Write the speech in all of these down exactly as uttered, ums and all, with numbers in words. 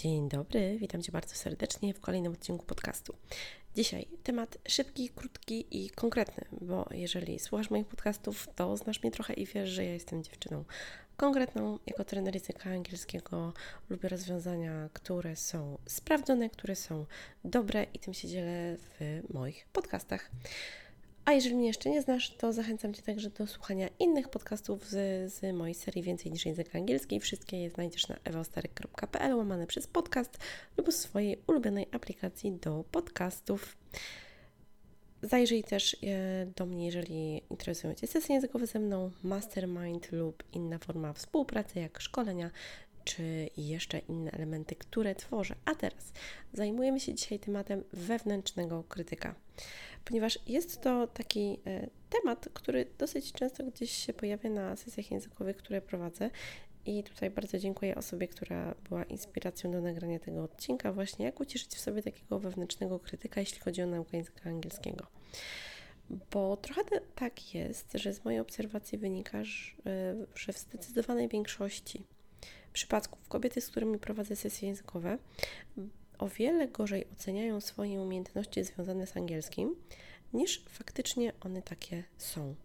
Dzień dobry, witam Cię bardzo serdecznie w kolejnym odcinku podcastu. Dzisiaj temat szybki, krótki i konkretny, bo jeżeli słuchasz moich podcastów, to znasz mnie trochę i wiesz, że ja jestem dziewczyną konkretną. Jako trener języka angielskiego lubię rozwiązania, które są sprawdzone, które są dobre i tym się dzielę w moich podcastach. A jeżeli mnie jeszcze nie znasz, to zachęcam Cię także do słuchania innych podcastów z, z mojej serii Więcej niż język angielski. Wszystkie je znajdziesz na ewaostaryk kropka pe el łamane przez podcast lub w swojej ulubionej aplikacji do podcastów. Zajrzyj też do mnie, jeżeli interesują Cię sesje językowe ze mną, mastermind lub inna forma współpracy, jak szkolenia, czy jeszcze inne elementy, które tworzę. A teraz zajmujemy się dzisiaj tematem wewnętrznego krytyka, ponieważ jest to taki e, temat, który dosyć często gdzieś się pojawia na sesjach językowych, które prowadzę. I tutaj bardzo dziękuję osobie, która była inspiracją do nagrania tego odcinka, właśnie jak uciszyć w sobie takiego wewnętrznego krytyka, jeśli chodzi o naukę języka angielskiego. Bo trochę tak jest, że z mojej obserwacji wynika, że, że w zdecydowanej większości przypadków kobiety, z którymi prowadzę sesje językowe, o wiele gorzej oceniają swoje umiejętności związane z angielskim, niż faktycznie one takie są.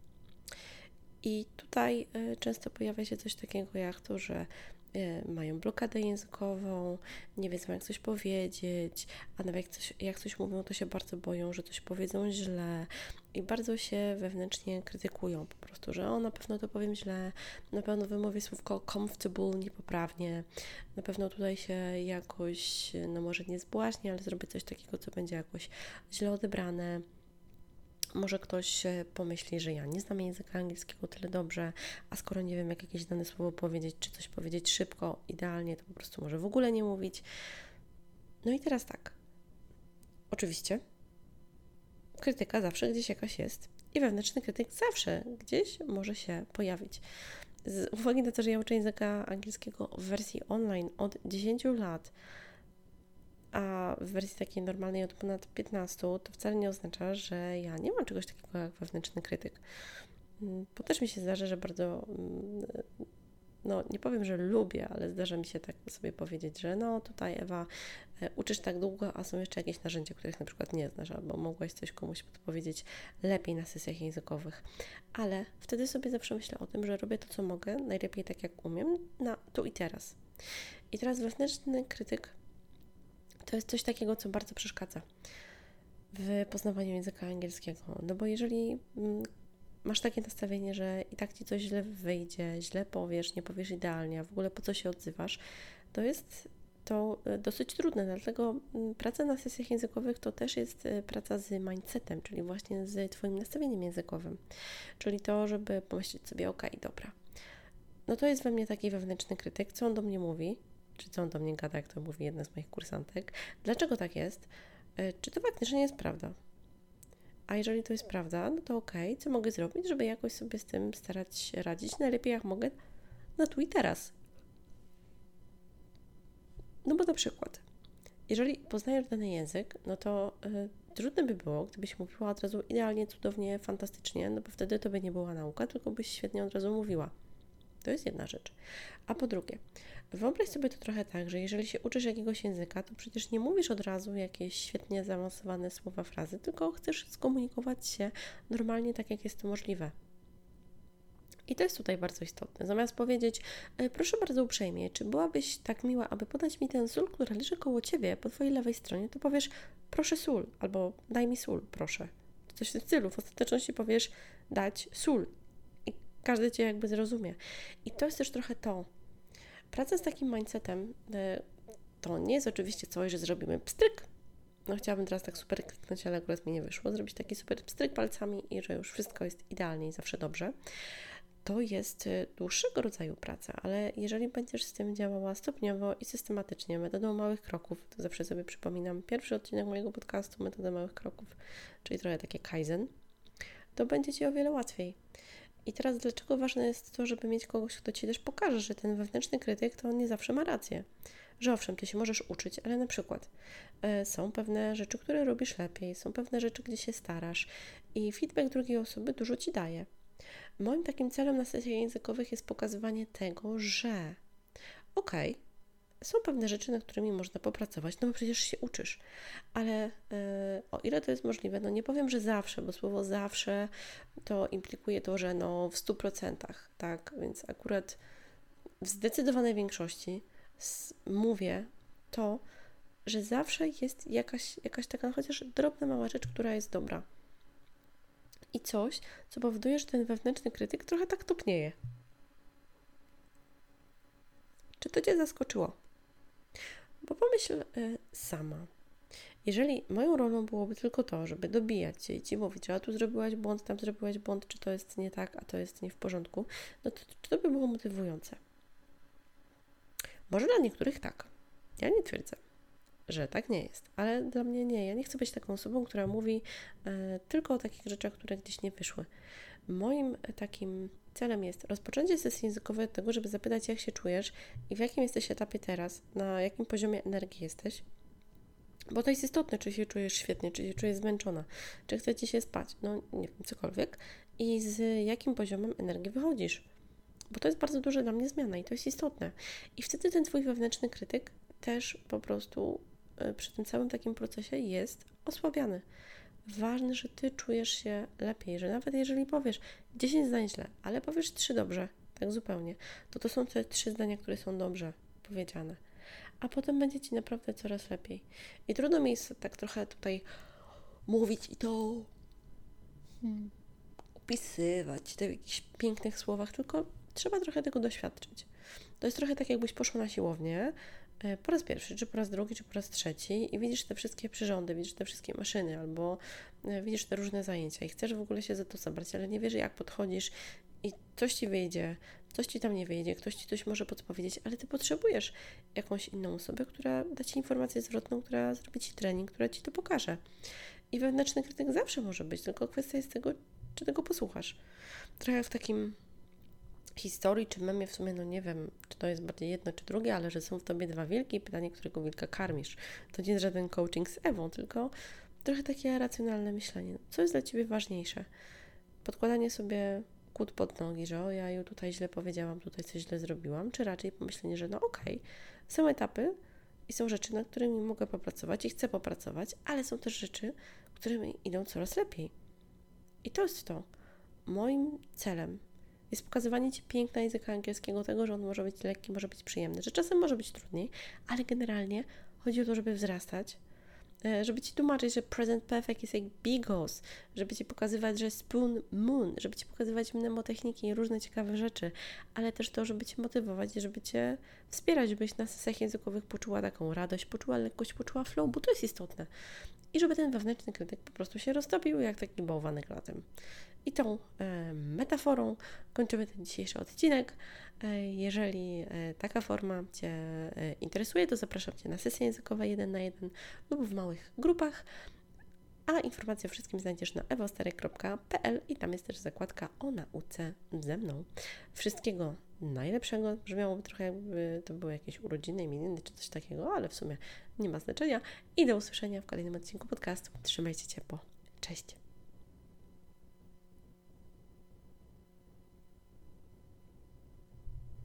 I tutaj y, często pojawia się coś takiego jak to, że y, mają blokadę językową, nie wiedzą jak coś powiedzieć, a nawet jak coś, jak coś mówią, to się bardzo boją, że coś powiedzą źle i bardzo się wewnętrznie krytykują po prostu, że o, na pewno to powiem źle, na pewno wymówię słówko comfortable niepoprawnie, na pewno tutaj się jakoś, no może nie zbłaźnię, ale zrobię coś takiego, co będzie jakoś źle odebrane. Może ktoś pomyśli, że ja nie znam języka angielskiego tyle dobrze, a skoro nie wiem, jak jakieś dane słowo powiedzieć, czy coś powiedzieć szybko, idealnie, to po prostu może w ogóle nie mówić. No i teraz tak. Oczywiście krytyka zawsze gdzieś jakaś jest i wewnętrzny krytyk zawsze gdzieś może się pojawić. Z uwagi na to, że ja uczę języka angielskiego w wersji online od dziesięciu lat, a w wersji takiej normalnej od ponad piętnastu, to wcale nie oznacza, że ja nie mam czegoś takiego jak wewnętrzny krytyk. Bo też mi się zdarza, że bardzo, no nie powiem, że lubię, ale zdarza mi się tak sobie powiedzieć, że no tutaj Ewa, uczysz tak długo, a są jeszcze jakieś narzędzia, których na przykład nie znasz, albo mogłaś coś komuś podpowiedzieć lepiej na sesjach językowych. Ale wtedy sobie zawsze myślę o tym, że robię to, co mogę, najlepiej tak jak umiem, na tu i teraz. I teraz wewnętrzny krytyk to jest coś takiego, co bardzo przeszkadza w poznawaniu języka angielskiego. No bo jeżeli masz takie nastawienie, że i tak Ci coś źle wyjdzie, źle powiesz, nie powiesz idealnie, a w ogóle po co się odzywasz, to jest to dosyć trudne. Dlatego praca na sesjach językowych to też jest praca z mindsetem, czyli właśnie z Twoim nastawieniem językowym. Czyli to, żeby pomyśleć sobie, okej, okay, dobra, no to jest we mnie taki wewnętrzny krytyk, co on do mnie mówi, czy co on do mnie gada, jak to mówi jedna z moich kursantek. Dlaczego tak jest? Czy to faktycznie jest prawda? A jeżeli to jest prawda, no to okej, okay, co mogę zrobić, żeby jakoś sobie z tym starać się radzić najlepiej jak mogę na tu i teraz. No bo na przykład, jeżeli poznajesz dany język, no to yy, trudno by było, gdybyś mówiła od razu idealnie, cudownie, fantastycznie, no bo wtedy to by nie była nauka, tylko byś świetnie od razu mówiła. To jest jedna rzecz. A po drugie, wyobraź sobie to trochę tak, że jeżeli się uczysz jakiegoś języka, to przecież nie mówisz od razu jakieś świetnie zaawansowane słowa, frazy, tylko chcesz skomunikować się normalnie tak, jak jest to możliwe. I to jest tutaj bardzo istotne. Zamiast powiedzieć, proszę bardzo uprzejmie, czy byłabyś tak miła, aby podać mi ten sól, który leży koło Ciebie, po Twojej lewej stronie, to powiesz, proszę sól, albo daj mi sól, proszę. Coś w tym stylu. W ostateczności powiesz, dać sól. Każdy Cię jakby zrozumie. I to jest też trochę to. Praca z takim mindsetem to nie jest oczywiście coś, że zrobimy pstryk. No chciałabym teraz tak super kliknąć, ale akurat mi nie wyszło. Zrobić taki super pstryk palcami i że już wszystko jest idealnie i zawsze dobrze. To jest dłuższego rodzaju praca, ale jeżeli będziesz z tym działała stopniowo i systematycznie, metodą małych kroków, to zawsze sobie przypominam pierwszy odcinek mojego podcastu, metoda małych kroków, czyli trochę takie kaizen, to będzie Ci o wiele łatwiej. I teraz dlaczego ważne jest to, żeby mieć kogoś, kto Ci też pokaże, że ten wewnętrzny krytyk to on nie zawsze ma rację. Że owszem, Ty się możesz uczyć, ale na przykład y, są pewne rzeczy, które robisz lepiej, są pewne rzeczy, gdzie się starasz i feedback drugiej osoby dużo Ci daje. Moim takim celem na sesjach językowych jest pokazywanie tego, że okej, okay, są pewne rzeczy, nad którymi można popracować, no bo przecież się uczysz, ale yy, o ile to jest możliwe, no nie powiem, że zawsze, bo słowo zawsze to implikuje to, że no w stu procentach, tak, więc akurat w zdecydowanej większości mówię to, że zawsze jest jakaś, jakaś taka chociaż drobna, mała rzecz, która jest dobra. I coś, co powoduje, że ten wewnętrzny krytyk trochę tak topnieje. Czy to Cię zaskoczyło? Bo pomyśl y, sama. Jeżeli moją rolą byłoby tylko to, żeby dobijać Cię i Ci mówić, że a tu zrobiłaś błąd, tam zrobiłaś błąd, czy to jest nie tak, a to jest nie w porządku, no to czy to by było motywujące? Może dla niektórych tak. Ja nie twierdzę, że tak nie jest, ale dla mnie nie. Ja nie chcę być taką osobą, która mówi e, tylko o takich rzeczach, które gdzieś nie wyszły. Moim takim celem jest rozpoczęcie sesji językowej od tego, żeby zapytać, jak się czujesz i w jakim jesteś etapie teraz, na jakim poziomie energii jesteś, bo to jest istotne, czy się czujesz świetnie, czy się czujesz zmęczona, czy chce Ci się spać, no nie wiem, cokolwiek i z jakim poziomem energii wychodzisz, bo to jest bardzo duża dla mnie zmiana i to jest istotne. I wtedy ten Twój wewnętrzny krytyk też po prostu przy tym całym takim procesie jest osłabiany. Ważne, że Ty czujesz się lepiej, że nawet jeżeli powiesz dziesięć zdań źle, ale powiesz trzy dobrze, tak zupełnie, to to są te trzy zdania, które są dobrze powiedziane. A potem będzie Ci naprawdę coraz lepiej. I trudno mi jest tak trochę tutaj mówić i to hmm, opisywać to w jakichś pięknych słowach, tylko trzeba trochę tego doświadczyć. To jest trochę tak, jakbyś poszła na siłownię po raz pierwszy, czy po raz drugi, czy po raz trzeci i widzisz te wszystkie przyrządy, widzisz te wszystkie maszyny albo widzisz te różne zajęcia i chcesz w ogóle się za to zabrać, ale nie wiesz, jak podchodzisz i coś Ci wyjdzie, coś Ci tam nie wyjdzie, ktoś Ci coś może podpowiedzieć, ale Ty potrzebujesz jakąś inną osobę, która da Ci informację zwrotną, która zrobi Ci trening, która Ci to pokaże. I wewnętrzny krytyk zawsze może być, tylko kwestia jest tego, czy tego posłuchasz. Trochę w takim historii czy memie w sumie, no nie wiem, czy to jest bardziej jedno czy drugie, ale że są w Tobie dwa wilki i pytanie, którego wilka karmisz. To nie jest żaden coaching z Ewą, tylko trochę takie racjonalne myślenie. Co jest dla Ciebie ważniejsze? Podkładanie sobie kłód pod nogi, że o ja tutaj źle powiedziałam, tutaj coś źle zrobiłam, czy raczej pomyślenie, że no okej, okay, są etapy i są rzeczy, nad którymi mogę popracować i chcę popracować, ale są też rzeczy, którymi idą coraz lepiej. I to jest to. Moim celem jest pokazywanie Ci piękna języka angielskiego, tego, że on może być lekki, może być przyjemny, że czasem może być trudniej, ale generalnie chodzi o to, żeby wzrastać, żeby Ci tłumaczyć, że present perfect jest jak bigos, żeby Ci pokazywać, że spoon moon, żeby Ci pokazywać mnemotechniki i różne ciekawe rzeczy, ale też to, żeby Cię motywować, żeby Cię wspierać, żebyś na sesjach językowych poczuła taką radość, poczuła lekkość, poczuła flow, bo to jest istotne. I żeby ten wewnętrzny krytyk po prostu się roztopił jak taki bałwanek latem. I tą e, metaforą kończymy ten dzisiejszy odcinek. E, jeżeli e, taka forma Cię e, interesuje, to zapraszam Cię na sesje językowe jeden na jeden lub w małych grupach. A informacje o wszystkim znajdziesz na ewostery kropka pe el i tam jest też zakładka o nauce ze mną. Wszystkiego najlepszego. Brzmiałoby trochę, jakby to były jakieś urodziny, imieniny czy coś takiego, ale w sumie nie ma znaczenia. I do usłyszenia w kolejnym odcinku podcastu. Trzymajcie ciepło. Cześć!